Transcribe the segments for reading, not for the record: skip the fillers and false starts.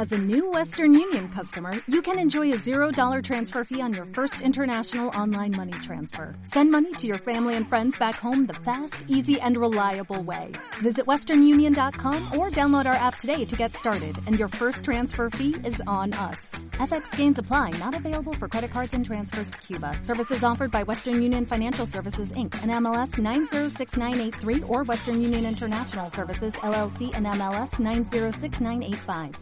As a new Western Union customer, you can enjoy a $0 transfer fee on your first international online money transfer. Send money to your family and friends back home the fast, easy, and reliable way. Visit westernunion.com or download our app today to get started, and your first transfer fee is on us. FX gains apply, not available for credit cards and transfers to Cuba. Services offered by Western Union Financial Services, Inc., and MLS 906983, or Western Union International Services, LLC, and MLS 906985.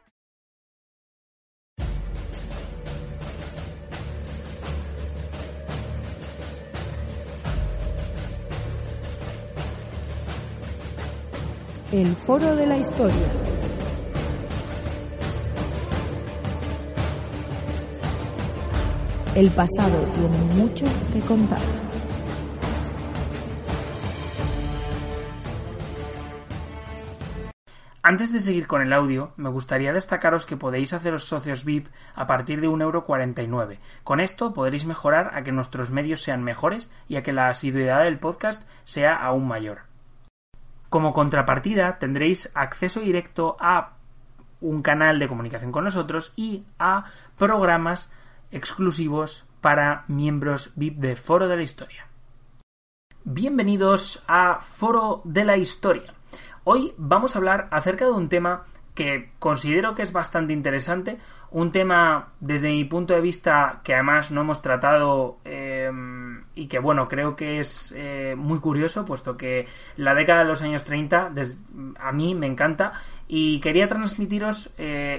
El Foro de la Historia. El pasado tiene mucho que contar. Antes de seguir con el audio, me gustaría destacaros que podéis haceros socios VIP a partir de 1,49 €. Con esto podréis mejorar a que nuestros medios sean mejores y a que la asiduidad del podcast sea aún mayor. Como contrapartida, tendréis acceso directo a un canal de comunicación con nosotros y a programas exclusivos para miembros VIP de Foro de la Historia. Bienvenidos a Foro de la Historia. Hoy vamos a hablar acerca de un tema que considero que es bastante interesante, un tema desde mi punto de vista que además no hemos tratado y que bueno, creo que es muy curioso, puesto que la década de los años 30 a mí me encanta y quería transmitiros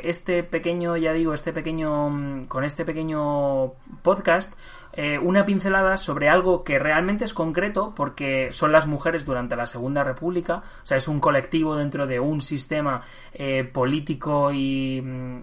con este pequeño podcast una pincelada sobre algo que realmente es concreto, porque son las mujeres durante la Segunda República. O sea, es un colectivo dentro de un sistema político y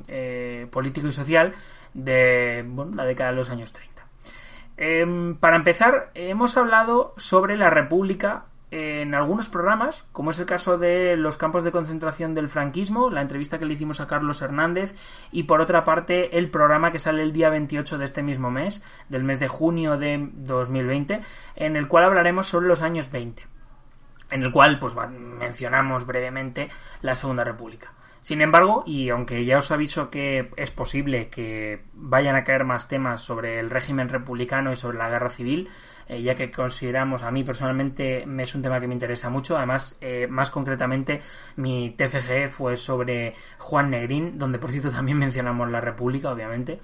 social de la década de los años 30. Para empezar, hemos hablado sobre la República en algunos programas, como es el caso de los campos de concentración del franquismo, la entrevista que le hicimos a Carlos Hernández, y por otra parte el programa que sale el día 28 de este mismo mes, del mes de junio de 2020, en el cual hablaremos sobre los años 20, en el cual pues mencionamos brevemente la Segunda República. Sin embargo, y aunque ya os aviso que es posible que vayan a caer más temas sobre el régimen republicano y sobre la guerra civil, ya que consideramos, a mí personalmente es un tema que me interesa mucho. Además, más concretamente, mi TFG fue sobre Juan Negrín, donde por cierto también mencionamos la República, obviamente,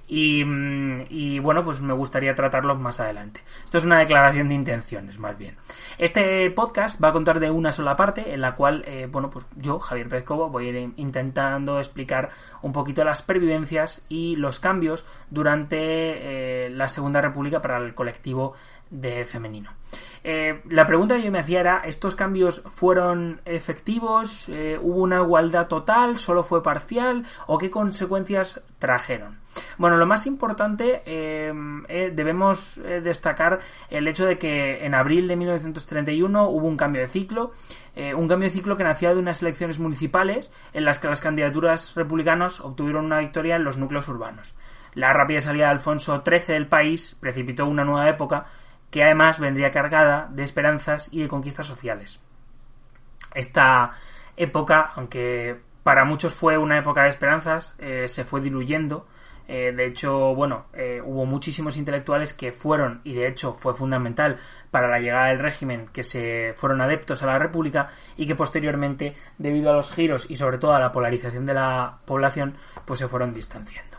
y bueno, pues me gustaría tratarlos más adelante. Esto es una declaración de intenciones, más bien. Este podcast va a contar de una sola parte, en la cual, pues yo, Javier Pérez Cobo, voy a ir intentando explicar un poquito las pervivencias y los cambios durante la Segunda República para el colectivo de femenino. La pregunta que yo me hacía era: ¿estos cambios fueron efectivos? ¿Hubo una igualdad total? ¿Solo fue parcial? ¿O qué consecuencias trajeron? Bueno, lo más importante, debemos destacar el hecho de que en abril de 1931 hubo un cambio de ciclo que nacía de unas elecciones municipales en las que las candidaturas republicanas obtuvieron una victoria en los núcleos urbanos. La rápida salida de Alfonso XIII del país precipitó una nueva época que además vendría cargada de esperanzas y de conquistas sociales. Esta época, aunque para muchos fue una época de esperanzas, se fue diluyendo. De hecho, hubo muchísimos intelectuales que fueron, y de hecho fue fundamental para la llegada del régimen, que se fueron adeptos a la República y que posteriormente, debido a los giros y sobre todo a la polarización de la población, pues se fueron distanciando.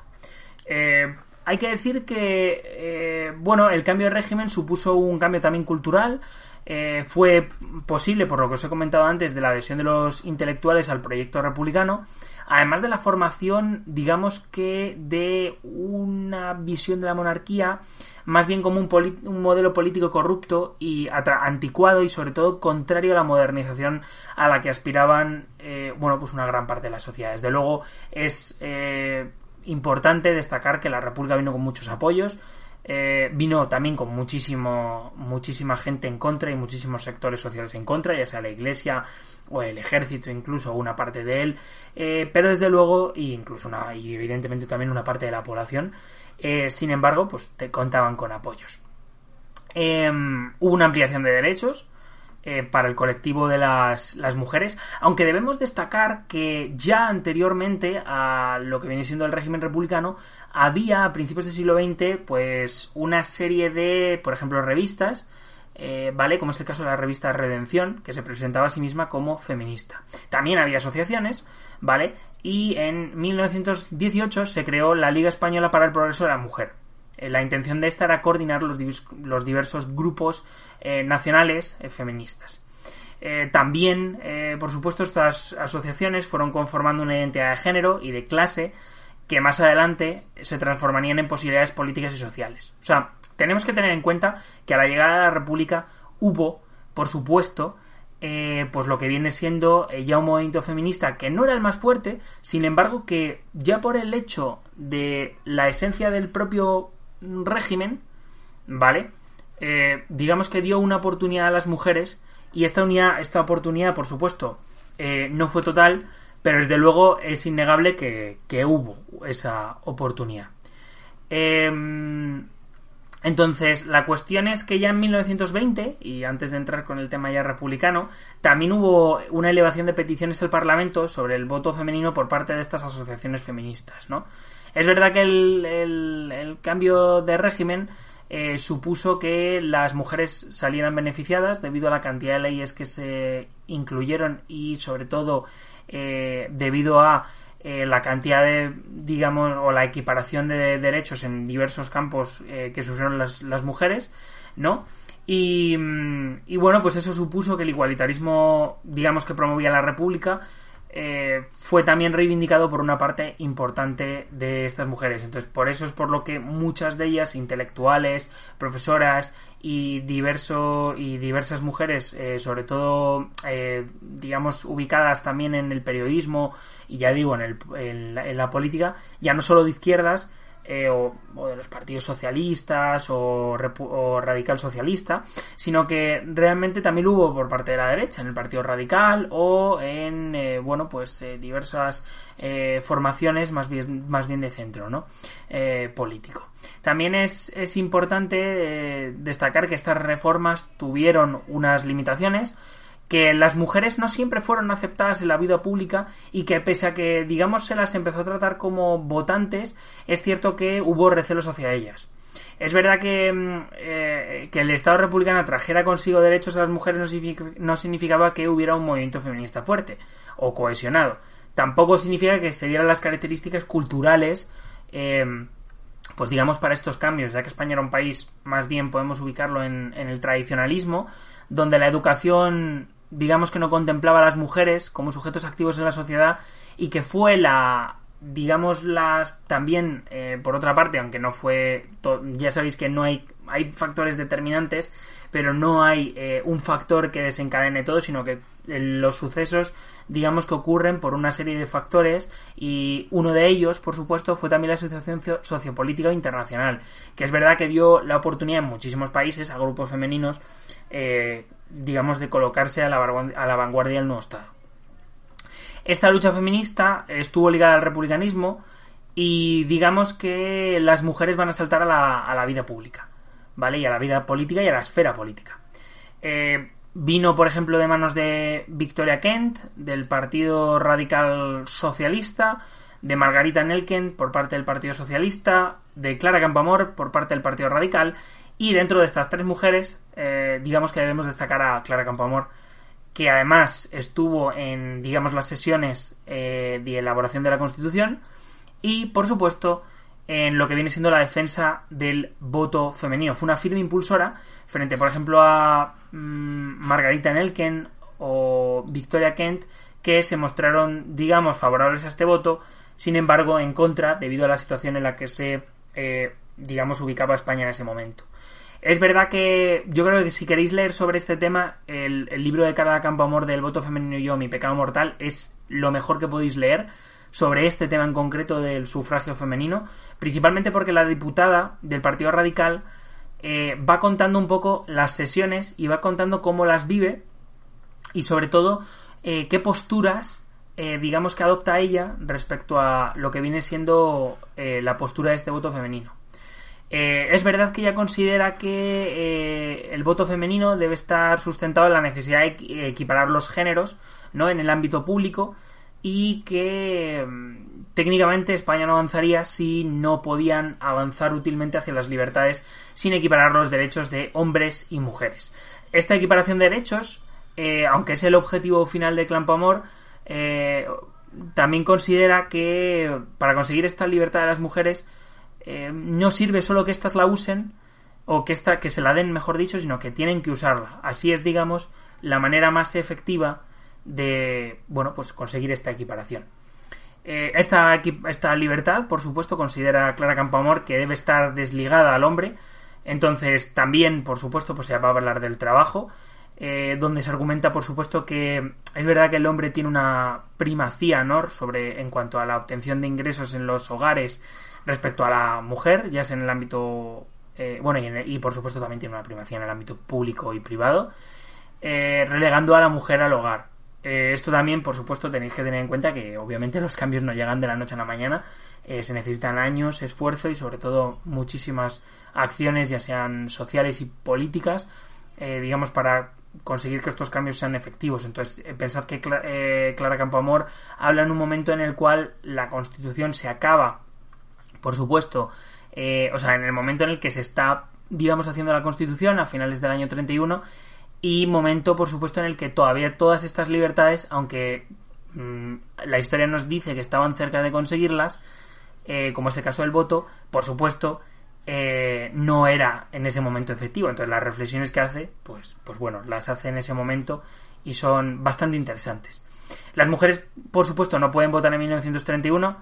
Hay que decir que el cambio de régimen supuso un cambio también cultural. Fue posible, por lo que os he comentado antes, de la adhesión de los intelectuales al proyecto republicano, además de la formación, digamos que de una visión de la monarquía más bien como un modelo político corrupto y anticuado, y sobre todo contrario a la modernización a la que aspiraban pues una gran parte de la sociedad. Desde luego es importante destacar que la República vino con muchos apoyos, vino también con muchísima gente en contra y muchísimos sectores sociales en contra, ya sea la Iglesia o el ejército, incluso una parte de él, pero desde luego y evidentemente también una parte de la población. Sin embargo, pues contaban con apoyos. Hubo una ampliación de derechos. para el colectivo de las mujeres, aunque debemos destacar que ya anteriormente a lo que viene siendo el régimen republicano había a principios del siglo XX pues una serie de, por ejemplo, revistas, ¿vale? Como es el caso de la revista Redención, que se presentaba a sí misma como feminista. También había asociaciones, ¿vale? Y en 1918 se creó la Liga Española para el Progreso de la Mujer. La intención de esta era coordinar los diversos grupos nacionales feministas. También, por supuesto, estas asociaciones fueron conformando una identidad de género y de clase que más adelante se transformarían en posibilidades políticas y sociales. O sea, tenemos que tener en cuenta que a la llegada de la República hubo, por supuesto, pues lo que viene siendo ya un movimiento feminista que no era el más fuerte, sin embargo que ya por el hecho de la esencia del propio régimen, ¿vale? Digamos que dio una oportunidad a las mujeres, y esta oportunidad, por supuesto, no fue total, pero desde luego es innegable que hubo esa oportunidad. Entonces, la cuestión es que ya en 1920, y antes de entrar con el tema ya republicano, también hubo una elevación de peticiones al Parlamento sobre el voto femenino por parte de estas asociaciones feministas, ¿no? Es verdad que el cambio de régimen supuso que las mujeres salieran beneficiadas debido a la cantidad de leyes que se incluyeron y sobre todo debido a la cantidad de, digamos, o la equiparación de derechos en diversos campos que sufrieron las mujeres, ¿no? Y bueno, pues eso supuso que el igualitarismo, digamos, que promovía la República fue también reivindicado por una parte importante de estas mujeres. Entonces, por eso es por lo que muchas de ellas, intelectuales, profesoras y diversas mujeres, sobre todo, digamos, ubicadas también en el periodismo y ya digo, en la política, ya no solo de izquierdas, o de los partidos socialistas o radical socialista, sino que realmente también hubo por parte de la derecha, en el Partido Radical o en diversas formaciones más bien de centro, ¿no? Político. También es importante destacar que estas reformas tuvieron unas limitaciones, que las mujeres no siempre fueron aceptadas en la vida pública y que pese a que, digamos, se las empezó a tratar como votantes, es cierto que hubo recelos hacia ellas. Es verdad que el Estado republicano trajera consigo derechos a las mujeres no significaba que hubiera un movimiento feminista fuerte o cohesionado. Tampoco significa que se dieran las características culturales, pues digamos, para estos cambios, ya que España era un país, más bien podemos ubicarlo en el tradicionalismo, donde la educación, digamos, que no contemplaba a las mujeres como sujetos activos en la sociedad, y que fue también, por otra parte, aunque no fue, ya sabéis que no hay factores determinantes, pero no hay un factor que desencadene todo, sino que los sucesos, digamos, que ocurren por una serie de factores, y uno de ellos, por supuesto, fue también la Asociación Sociopolítica Internacional, que es verdad que dio la oportunidad en muchísimos países a grupos femeninos, digamos, de colocarse a la vanguardia del nuevo Estado. Esta lucha feminista estuvo ligada al republicanismo, y digamos que las mujeres van a saltar a la vida pública, ¿vale? Y a la vida política y a la esfera política. Vino, por ejemplo, de manos de Victoria Kent, del Partido Radical Socialista, de Margarita Nelken por parte del Partido Socialista, de Clara Campoamor por parte del Partido Radical, y dentro de estas tres mujeres, digamos que debemos destacar a Clara Campoamor, que además estuvo en, digamos, las sesiones de elaboración de la Constitución, y, por supuesto, en lo que viene siendo la defensa del voto femenino. Fue una firme impulsora frente, por ejemplo, a Margarita Nelken o Victoria Kent, que se mostraron, digamos, favorables a este voto, sin embargo, en contra, debido a la situación en la que se, digamos, ubicaba España en ese momento. Es verdad que yo creo que si queréis leer sobre este tema, el libro de Clara Campoamor del voto femenino y yo, mi pecado mortal, es lo mejor que podéis leer sobre este tema en concreto del sufragio femenino, principalmente porque la diputada del Partido Radical va contando un poco las sesiones y va contando cómo las vive, y sobre todo qué posturas digamos que adopta ella respecto a lo que viene siendo la postura de este voto femenino. Es verdad que ella considera que el voto femenino debe estar sustentado en la necesidad de equiparar los géneros, ¿no?, en el ámbito público, y que técnicamente España no avanzaría si no podían avanzar útilmente hacia las libertades sin equiparar los derechos de hombres y mujeres. Esta equiparación de derechos, aunque es el objetivo final de Campoamor, también considera que para conseguir esta libertad de las mujeres no sirve solo que éstas la usen, o que se la den, mejor dicho, sino que tienen que usarla. Así es, digamos, la manera más efectiva de, bueno, pues conseguir esta equiparación. Esta libertad, por supuesto, considera Clara Campoamor que debe estar desligada al hombre. Entonces, también, por supuesto, pues se va a hablar del trabajo, donde se argumenta, por supuesto, que es verdad que el hombre tiene una primacía, ¿no?, en cuanto a la obtención de ingresos en los hogares respecto a la mujer, ya sea en el ámbito y por supuesto también tiene una primacía en el ámbito público y privado, relegando a la mujer al hogar. Esto también, por supuesto, tenéis que tener en cuenta que obviamente los cambios no llegan de la noche a la mañana. Se necesitan años, esfuerzo y sobre todo muchísimas acciones, ya sean sociales y políticas, digamos, para conseguir que estos cambios sean efectivos. Entonces, pensad que Clara Campoamor habla en un momento en el cual la Constitución se acaba, por supuesto, en el momento en el que se está, digamos, haciendo la Constitución, a finales del año 31, y momento, por supuesto, en el que todavía todas estas libertades, aunque la historia nos dice que estaban cerca de conseguirlas, como es el caso del voto, por supuesto, no era en ese momento efectivo. Entonces las reflexiones que hace, pues bueno, las hace en ese momento y son bastante interesantes. Las mujeres, por supuesto, no pueden votar en 1931,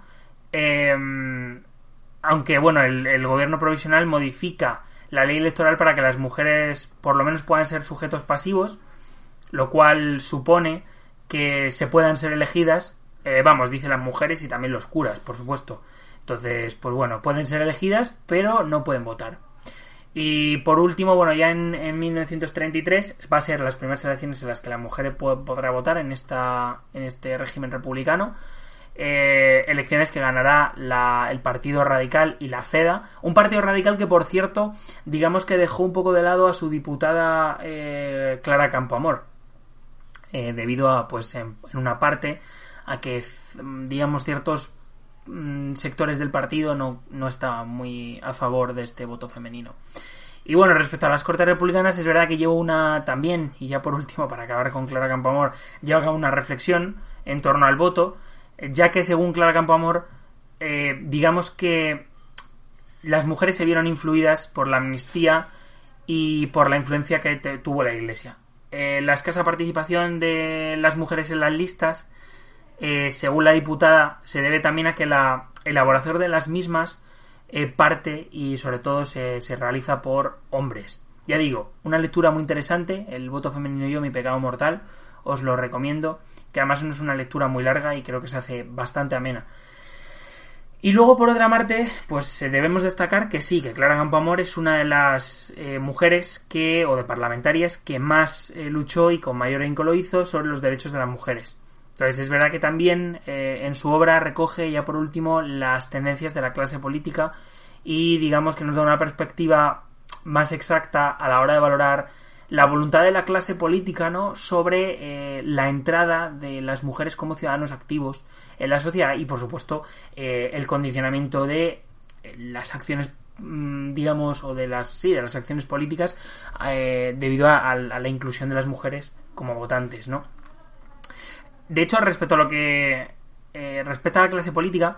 aunque bueno, el gobierno provisional modifica la ley electoral para que las mujeres por lo menos puedan ser sujetos pasivos, lo cual supone que se puedan ser elegidas, dice las mujeres y también los curas, por supuesto. Entonces, pues bueno, pueden ser elegidas, pero no pueden votar. Y por último, bueno, ya en 1933 va a ser las primeras elecciones en las que la mujer podrá votar en este régimen republicano. Elecciones que ganará el Partido Radical y la CEDA, un partido radical que, por cierto, digamos que dejó un poco de lado a su diputada Clara Campoamor, debido a, pues, en una parte a que, digamos, ciertos sectores del partido no estaban muy a favor de este voto femenino. Y bueno, respecto a las Cortes Republicanas, es verdad que llevo también, y ya por último, para acabar con Clara Campoamor, llevo a cabo una reflexión en torno al voto, ya que según Clara Campoamor, digamos que las mujeres se vieron influidas por la amnistía y por la influencia que tuvo la Iglesia. La escasa participación de las mujeres en las listas, según la diputada, se debe también a que la elaboración de las mismas parte y sobre todo se realiza por hombres. Ya digo, una lectura muy interesante, El voto femenino y yo, mi pecado mortal, os lo recomiendo, que además no es una lectura muy larga y creo que se hace bastante amena. Y luego, por otra parte, pues debemos destacar que sí, que Clara Campoamor es una de las mujeres o de parlamentarias que más luchó y con mayor ahínco lo hizo sobre los derechos de las mujeres. Entonces es verdad que también en su obra recoge, ya por último, las tendencias de la clase política y digamos que nos da una perspectiva más exacta a la hora de valorar la voluntad de la clase política, ¿no?, sobre la entrada de las mujeres como ciudadanos activos en la sociedad y, por supuesto, el condicionamiento de las acciones, digamos, o de las acciones políticas debido a la inclusión de las mujeres como votantes, ¿no? De hecho, respecto a lo que respecta a la clase política,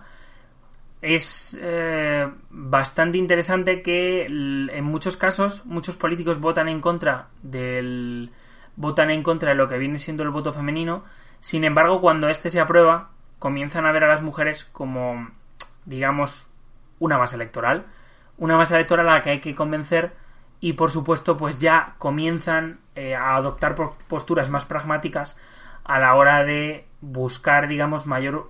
es bastante interesante que en muchos casos muchos políticos votan en contra de lo que viene siendo el voto femenino. Sin embargo, cuando este se aprueba, comienzan a ver a las mujeres como, digamos, una base electoral a la que hay que convencer y, por supuesto, pues ya comienzan a adoptar posturas más pragmáticas a la hora de buscar, digamos,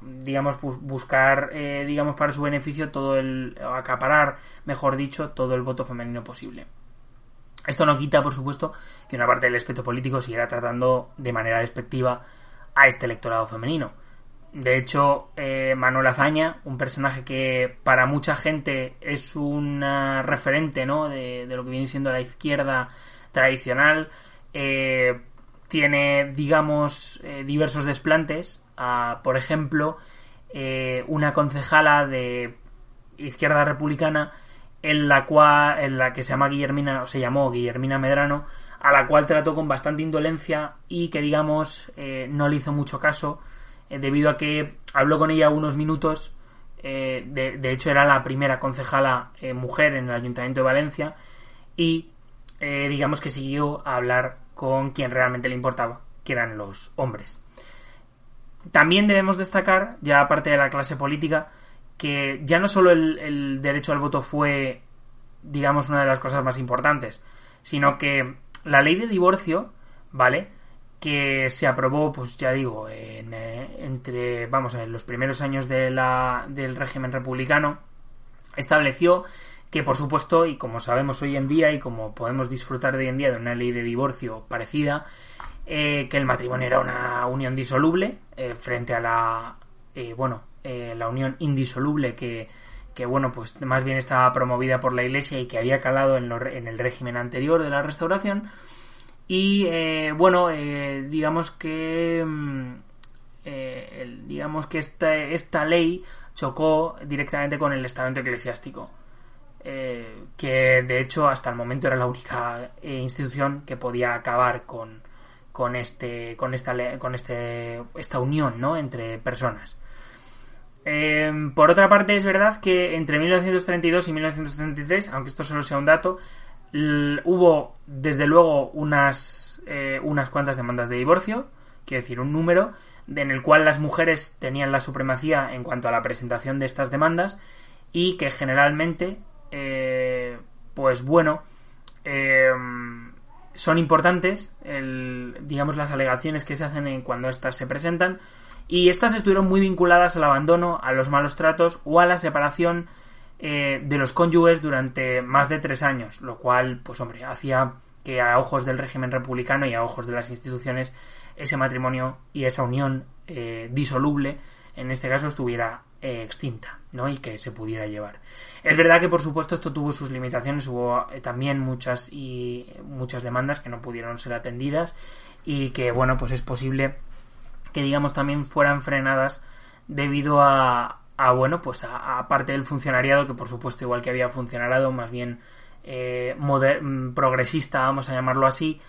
para su beneficio acaparar, mejor dicho, todo el voto femenino posible. Esto no quita, por supuesto, que una parte del espectro político siguiera tratando de manera despectiva a este electorado femenino. De hecho, Manuel Azaña, un personaje que para mucha gente es un referente, ¿no?, de lo que viene siendo la izquierda tradicional, tiene, digamos, diversos desplantes. Por ejemplo, una concejala de izquierda republicana en la que se llamó Guillermina Medrano, a la cual trató con bastante indolencia y que, digamos, no le hizo mucho caso, debido a que habló con ella unos minutos. De hecho, era la primera concejala mujer en el Ayuntamiento de Valencia, y digamos que siguió a hablar con quien realmente le importaba, que eran los hombres. También debemos destacar, ya aparte de la clase política, que ya no solo el derecho al voto fue, digamos, una de las cosas más importantes, sino que la ley de divorcio, ¿vale?, que se aprobó, pues ya digo, en los primeros años del régimen republicano, estableció que, por supuesto, y como sabemos hoy en día y como podemos disfrutar de hoy en día de una ley de divorcio parecida, que el matrimonio era una unión disoluble frente a la unión indisoluble que bueno, pues más bien estaba promovida por la Iglesia y que había calado en el régimen anterior de la Restauración. Y digamos que esta ley chocó directamente con el estamento eclesiástico, que de hecho hasta el momento era la única institución que podía acabar con esta unión, ¿no?, entre personas. Por otra parte, es verdad que entre 1932 y 1933, aunque esto solo sea un dato, hubo desde luego unas cuantas demandas de divorcio, quiero decir, un número en el cual las mujeres tenían la supremacía en cuanto a la presentación de estas demandas, y que generalmente son importantes digamos las alegaciones que se hacen cuando estas se presentan, y estas estuvieron muy vinculadas al abandono, a los malos tratos o a la separación de los cónyuges durante más de 3 años, lo cual, pues hombre, hacía que a ojos del régimen republicano y a ojos de las instituciones ese matrimonio y esa unión disoluble, en este caso, estuviera extinta, ¿no?, y que se pudiera llevar. Es verdad que, por supuesto, esto tuvo sus limitaciones. Hubo también muchas demandas que no pudieron ser atendidas y que, bueno, pues es posible que, digamos, también fueran frenadas debido a parte del funcionariado, que por supuesto, igual que había funcionariado más bien progresista, vamos a llamarlo así,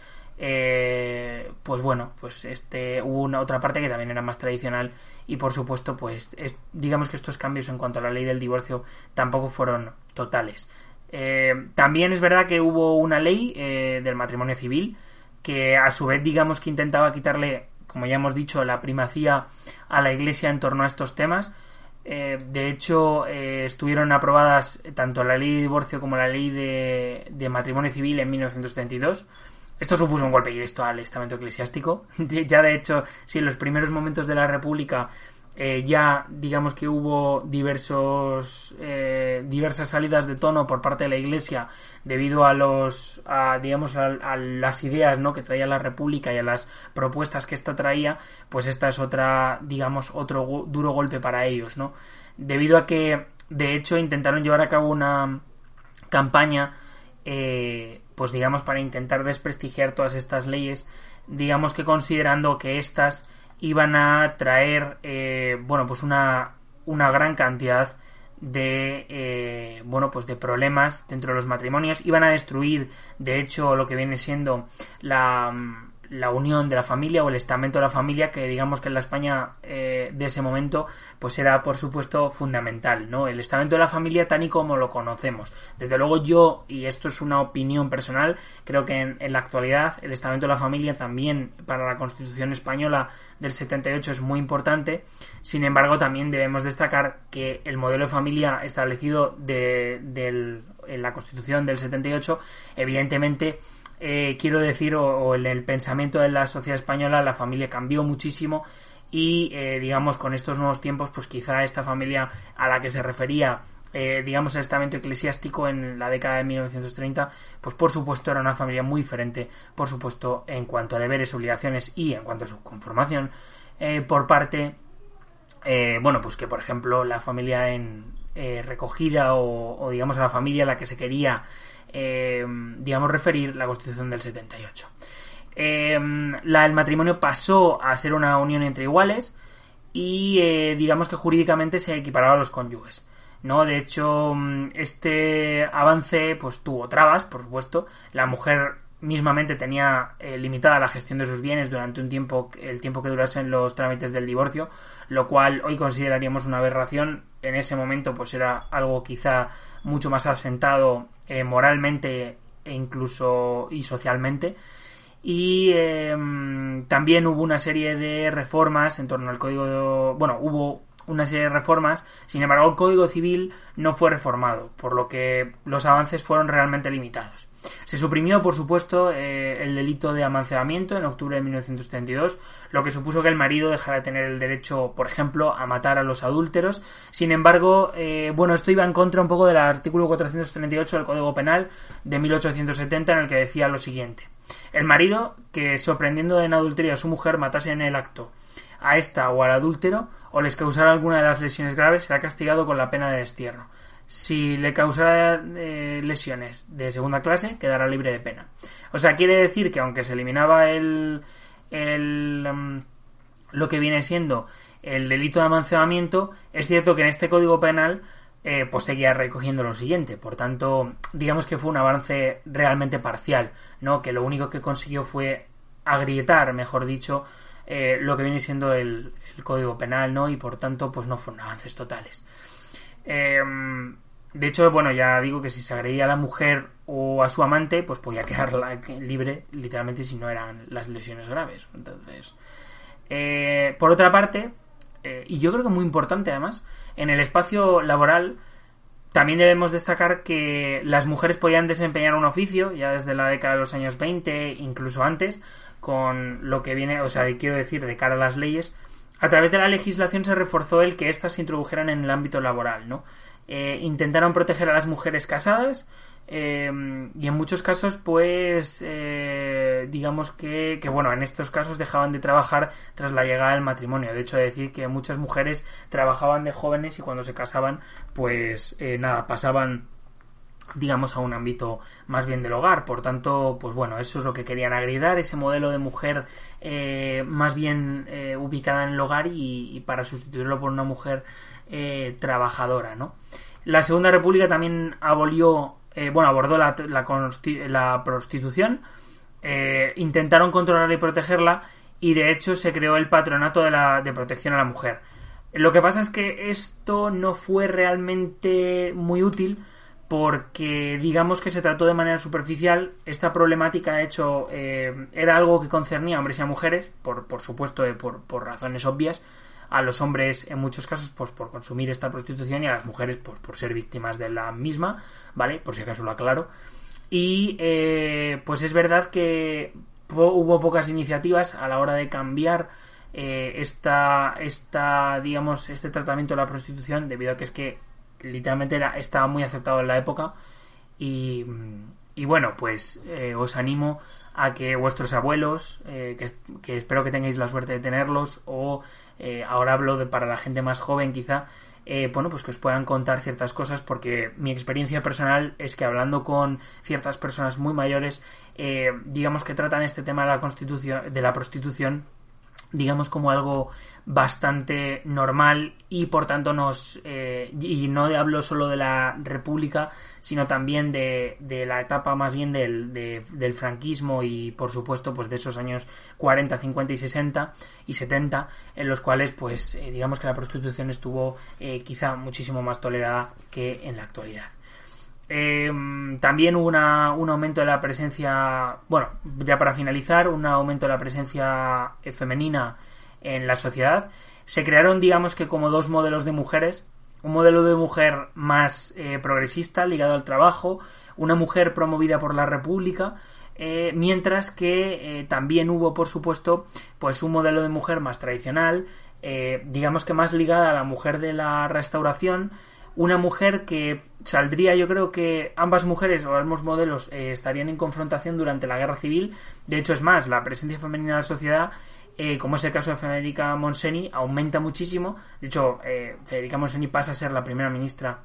hubo una otra parte que también era más tradicional, y por supuesto, pues digamos que estos cambios en cuanto a la ley del divorcio tampoco fueron totales. También es verdad que hubo una ley del matrimonio civil que, a su vez, digamos que intentaba quitarle, como ya hemos dicho, la primacía a la Iglesia en torno a estos temas. De hecho, estuvieron aprobadas tanto la ley de divorcio como la ley de matrimonio civil en 1932. Esto supuso un golpe directo al estamento eclesiástico. Ya, de hecho, si en los primeros momentos de la República ya, digamos que hubo diversas salidas de tono por parte de la Iglesia debido a las ideas, ¿no?, que traía la República y a las propuestas que esta traía, pues esta es otro duro golpe para ellos, ¿no? Debido a que, de hecho, intentaron llevar a cabo una campaña pues digamos para intentar desprestigiar todas estas leyes, digamos que considerando que estas iban a traer una gran cantidad de de problemas dentro de los matrimonios. Iban a destruir, de hecho, lo que viene siendo la unión de la familia o el estamento de la familia, que digamos que en la España de ese momento pues era, por supuesto, fundamental, ¿no? El estamento de la familia tal y como lo conocemos. Desde luego yo, y esto es una opinión personal, creo que en la actualidad el estamento de la familia también para la Constitución española del 78 es muy importante. Sin embargo, también debemos destacar que el modelo de familia establecido en la Constitución del 78, evidentemente, quiero decir, o en el pensamiento de la sociedad española, la familia cambió muchísimo y digamos con estos nuevos tiempos, pues quizá esta familia a la que se refería digamos el estamento eclesiástico en la década de 1930, pues por supuesto era una familia muy diferente, por supuesto, en cuanto a deberes, obligaciones y en cuanto a su conformación por parte bueno, pues que por ejemplo la familia recogida o digamos a la familia a la que se quería digamos referir la Constitución del 78. El matrimonio pasó a ser una unión entre iguales y digamos que jurídicamente se equiparaba a los cónyuges, ¿no? De hecho, este avance pues tuvo trabas, por supuesto. La mujer mismamente tenía limitada la gestión de sus bienes durante el tiempo que durasen los trámites del divorcio, lo cual hoy consideraríamos una aberración. En ese momento pues era algo quizá mucho más asentado moralmente e incluso y socialmente. Y también hubo una serie de reformas en torno al código hubo una serie de reformas. Sin embargo, el Código Civil no fue reformado, por lo que los avances fueron realmente limitados. Se suprimió, por supuesto, el delito de amancebamiento en octubre de 1932, lo que supuso que el marido dejara de tener el derecho, por ejemplo, a matar a los adúlteros. Sin embargo, esto iba en contra un poco del artículo 438 del Código Penal de 1870, en el que decía lo siguiente: el marido que, sorprendiendo en adulterio a su mujer, matase en el acto a esta o al adúltero, o les causara alguna de las lesiones graves, será castigado con la pena de destierro. Si le causara lesiones de segunda clase, quedará libre de pena. O sea, quiere decir que aunque se eliminaba lo que viene siendo el delito de amancebamiento, es cierto que en este Código Penal pues seguía recogiendo lo siguiente. Por tanto, digamos que fue un avance realmente parcial, ¿no? Que lo único que consiguió fue agrietar, mejor dicho, lo que viene siendo el Código Penal, ¿no? Y por tanto, pues no fueron avances totales. De hecho, ya digo que si se agredía a la mujer o a su amante, pues podía quedar libre, literalmente, si no eran las lesiones graves. Entonces, por otra parte, y yo creo que muy importante además, en el espacio laboral también debemos destacar que las mujeres podían desempeñar un oficio ya desde la década de los años 20, incluso antes, con lo que viene, quiero decir, de cara a las leyes. A través de la legislación se reforzó el que éstas se introdujeran en el ámbito laboral, ¿no? Intentaron proteger a las mujeres casadas y en muchos casos, pues, digamos que en estos casos dejaban de trabajar tras la llegada del matrimonio. De hecho, decir que muchas mujeres trabajaban de jóvenes y cuando se casaban, pues, pasaban, digamos, a un ámbito más bien del hogar. Por tanto, pues eso es lo que querían agredar, ese modelo de mujer más bien ubicada en el hogar y para sustituirlo por una mujer trabajadora, ¿no? La Segunda República también abordó la prostitución, intentaron controlarla y protegerla, y de hecho se creó el patronato de protección a la mujer. Lo que pasa es que esto no fue realmente muy útil, porque digamos que se trató de manera superficial. Esta problemática, de hecho, era algo que concernía a hombres y a mujeres, por supuesto, por razones obvias. A los hombres, en muchos casos, pues por consumir esta prostitución, y a las mujeres, pues por ser víctimas de la misma, ¿vale? Por si acaso lo aclaro. Y pues es verdad que hubo pocas iniciativas a la hora de cambiar este tratamiento de la prostitución, debido a que es que literalmente estaba muy aceptado en la época. Y pues os animo a que vuestros abuelos, que espero que tengáis la suerte de tenerlos, o ahora hablo para la gente más joven quizá, pues que os puedan contar ciertas cosas, porque mi experiencia personal es que hablando con ciertas personas muy mayores, digamos que tratan este tema de la prostitución, digamos, como algo bastante normal, y por tanto y no hablo solo de la República, sino también de la etapa más bien del franquismo, y por supuesto pues de esos años 40, 50 y 60 y 70, en los cuales pues digamos que la prostitución estuvo quizá muchísimo más tolerada que en la actualidad. También hubo un aumento de la presencia, ya para finalizar, un aumento de la presencia femenina en la sociedad. Se crearon, digamos que como dos modelos de mujeres: un modelo de mujer más progresista, ligado al trabajo, una mujer promovida por la República, mientras que también hubo, por supuesto, pues un modelo de mujer más tradicional, digamos que más ligada a la mujer de la Restauración, una mujer que saldría, yo creo que ambas mujeres o ambos modelos estarían en confrontación durante la Guerra Civil. De hecho, es más, la presencia femenina en la sociedad como es el caso de Federica Montseny, aumenta muchísimo. De hecho, Federica Montseny pasa a ser la primera ministra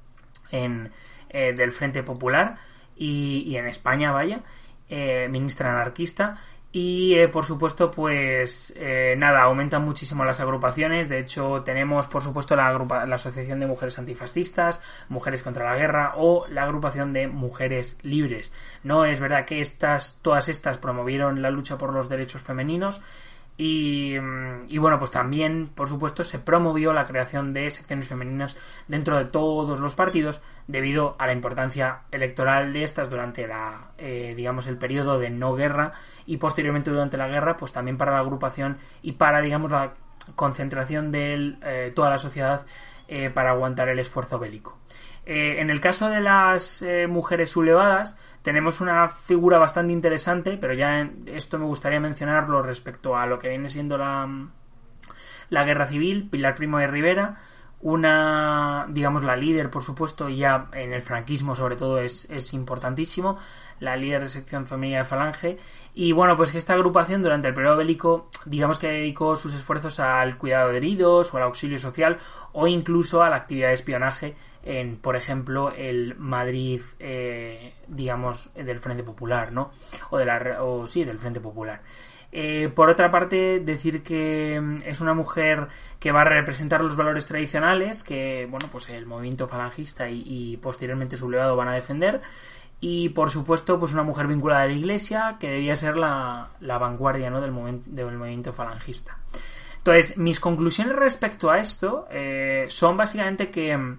del Frente Popular y en España, vaya, ministra anarquista. Y por supuesto, pues aumentan muchísimo las agrupaciones. De hecho, tenemos por supuesto la Asociación de Mujeres Antifascistas, Mujeres contra la Guerra o la agrupación de Mujeres Libres. No es verdad que todas estas promovieron la lucha por los derechos femeninos. Y bueno, pues también, por supuesto, se promovió la creación de secciones femeninas dentro de todos los partidos debido a la importancia electoral de estas durante el periodo de no guerra y posteriormente durante la guerra, pues también para la agrupación y para, digamos, la concentración de toda la sociedad para aguantar el esfuerzo bélico. En el caso de las mujeres sublevadas tenemos una figura bastante interesante, pero ya esto me gustaría mencionarlo respecto a lo que viene siendo la guerra civil. Pilar Primo de Rivera, la líder, por supuesto, y ya en el franquismo sobre todo es importantísimo, la líder de sección femenina de Falange. Y bueno, pues que esta agrupación durante el periodo bélico, digamos que dedicó sus esfuerzos al cuidado de heridos o al auxilio social o incluso a la actividad de espionaje en, por ejemplo, el Madrid, del Frente Popular, ¿no? Del Frente Popular. Por otra parte, decir que es una mujer que va a representar los valores tradicionales que, bueno, pues el movimiento falangista y posteriormente sublevado van a defender. Y, por supuesto, pues una mujer vinculada a la Iglesia que debía ser la vanguardia, ¿no?, del movimiento falangista. Entonces, mis conclusiones respecto a esto son básicamente que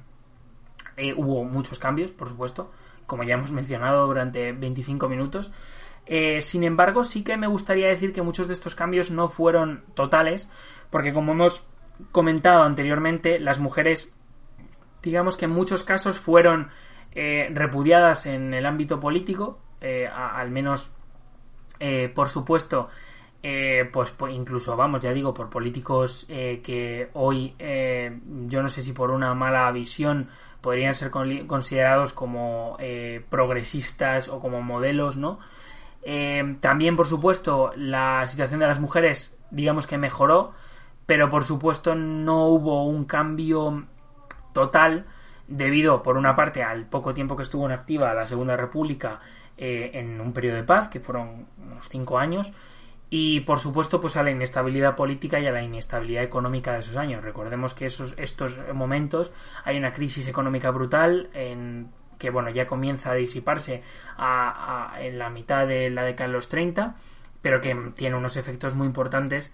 hubo muchos cambios, por supuesto, como ya hemos mencionado durante 25 minutos. Sin embargo, sí que me gustaría decir que muchos de estos cambios no fueron totales, porque como hemos comentado anteriormente, las mujeres, digamos que en muchos casos fueron repudiadas en el ámbito político, al menos, por supuesto, pues incluso, por políticos que hoy, yo no sé si por una mala visión podrían ser considerados como progresistas o como modelos, ¿no? También, por supuesto, la situación de las mujeres, digamos que mejoró, pero por supuesto no hubo un cambio total debido, por una parte, al poco tiempo que estuvo en activa la Segunda República en un periodo de paz, que fueron unos 5 años, y por supuesto pues a la inestabilidad política y a la inestabilidad económica de esos años. Recordemos que estos momentos hay una crisis económica brutal que bueno, ya comienza a disiparse en la mitad de la década de los 30, pero que tiene unos efectos muy importantes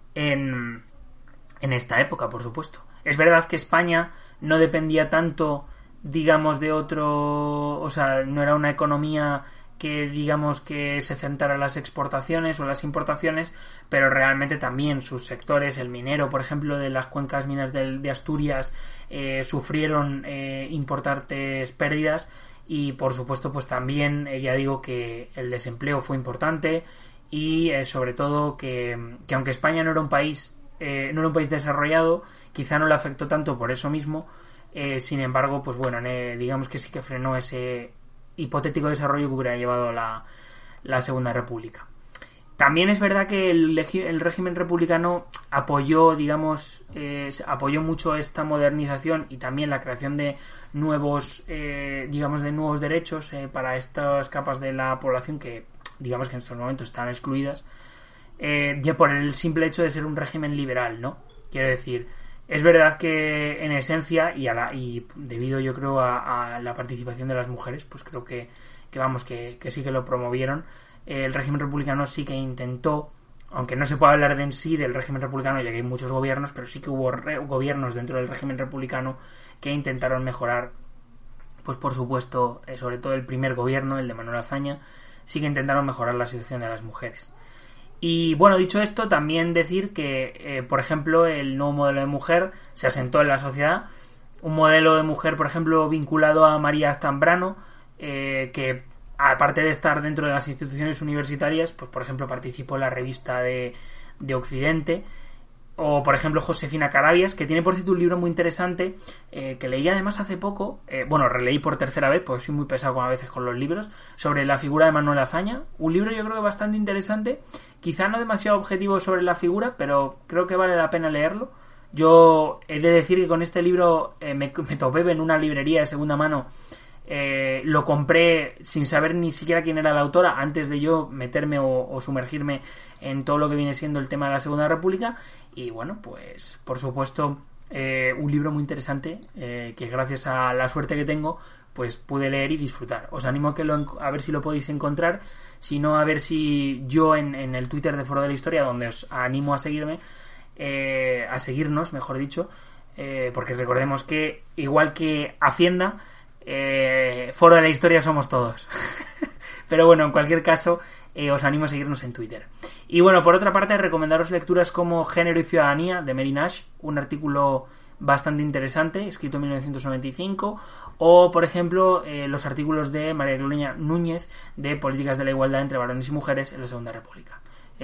en esta época, por supuesto. Es verdad que España no dependía tanto, digamos, de otro... O sea, no era una economía que, digamos, que se centrara en las exportaciones o las importaciones, pero realmente también sus sectores, el minero, por ejemplo, de las cuencas minas de Asturias, sufrieron importantes pérdidas y, por supuesto, pues también, ya digo que el desempleo fue importante y, sobre todo, que aunque España no era un país desarrollado, quizá no le afectó tanto por eso mismo. Sin embargo, pues bueno, digamos que sí que frenó ese hipotético desarrollo que hubiera llevado la Segunda República. También es verdad que el régimen republicano apoyó mucho esta modernización y también la creación de nuevos derechos para estas capas de la población que, digamos, que en estos momentos están excluidas, ya por el simple hecho de ser un régimen liberal, ¿no? Quiero decir, es verdad que en esencia y debido, yo creo, a la participación de las mujeres, pues creo que sí que lo promovieron. El régimen republicano sí que intentó, aunque no se puede hablar de en sí del régimen republicano, ya que hay muchos gobiernos, pero sí que hubo gobiernos dentro del régimen republicano que intentaron mejorar, pues por supuesto, sobre todo el primer gobierno, el de Manuel Azaña, sí que intentaron mejorar la situación de las mujeres. Y bueno, dicho esto, también decir que, por ejemplo, el nuevo modelo de mujer se asentó en la sociedad. Un modelo de mujer, por ejemplo, vinculado a María Zambrano, que aparte de estar dentro de las instituciones universitarias, pues por ejemplo participó en la revista de Occidente. O, por ejemplo, Josefina Carabias, que tiene, por cierto, un libro muy interesante que leí además hace poco. Releí por tercera vez, porque soy muy pesado a veces con los libros, sobre la figura de Manuel Azaña. Un libro yo creo que bastante interesante. Quizá no demasiado objetivo sobre la figura, pero creo que vale la pena leerlo. Yo he de decir que con este libro me topé en una librería de segunda mano. Lo compré sin saber ni siquiera quién era la autora antes de yo meterme o sumergirme en todo lo que viene siendo el tema de la Segunda República, y bueno, pues por supuesto un libro muy interesante que gracias a la suerte que tengo pues pude leer y disfrutar. Os animo a ver si lo podéis encontrar, si no a ver si yo en el Twitter de Foro de la Historia, donde os animo a seguirme, a seguirnos, mejor dicho, porque recordemos que igual que Hacienda, Foro de la Historia somos todos. Pero bueno, en cualquier caso, os animo a seguirnos en Twitter. Y bueno, por otra parte, recomendaros lecturas como Género y Ciudadanía, de Mary Nash, un artículo bastante interesante, escrito en 1995, o por ejemplo, los artículos de María Gloria Núñez, de Políticas de la Igualdad entre Varones y Mujeres en la Segunda República.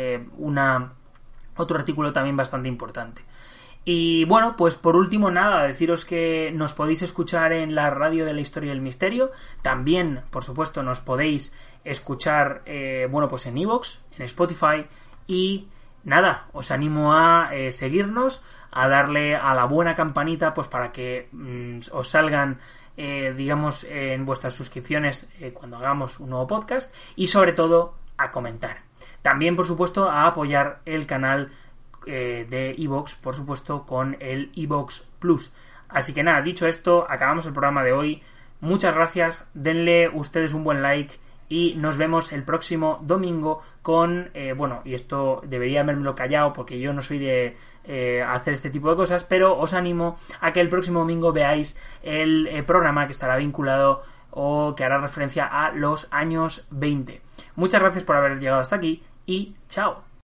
Otro artículo también bastante importante. Y bueno, pues por último nada, deciros que nos podéis escuchar en la radio de la Historia y el Misterio. También, por supuesto, nos podéis escuchar pues en iVoox, en Spotify. Y nada, os animo a seguirnos, a darle a la buena campanita, pues para que os salgan en vuestras suscripciones cuando hagamos un nuevo podcast, y sobre todo a comentar. También, por supuesto, a apoyar el canal de iVoox, por supuesto, con el iVoox Plus. Así que nada, dicho esto, acabamos el programa de hoy. Muchas gracias, denle ustedes un buen like y nos vemos el próximo domingo con, y esto debería habérmelo callado porque yo no soy de hacer este tipo de cosas, pero os animo a que el próximo domingo veáis el programa que estará vinculado o que hará referencia a los años 20. Muchas gracias por haber llegado hasta aquí y chao.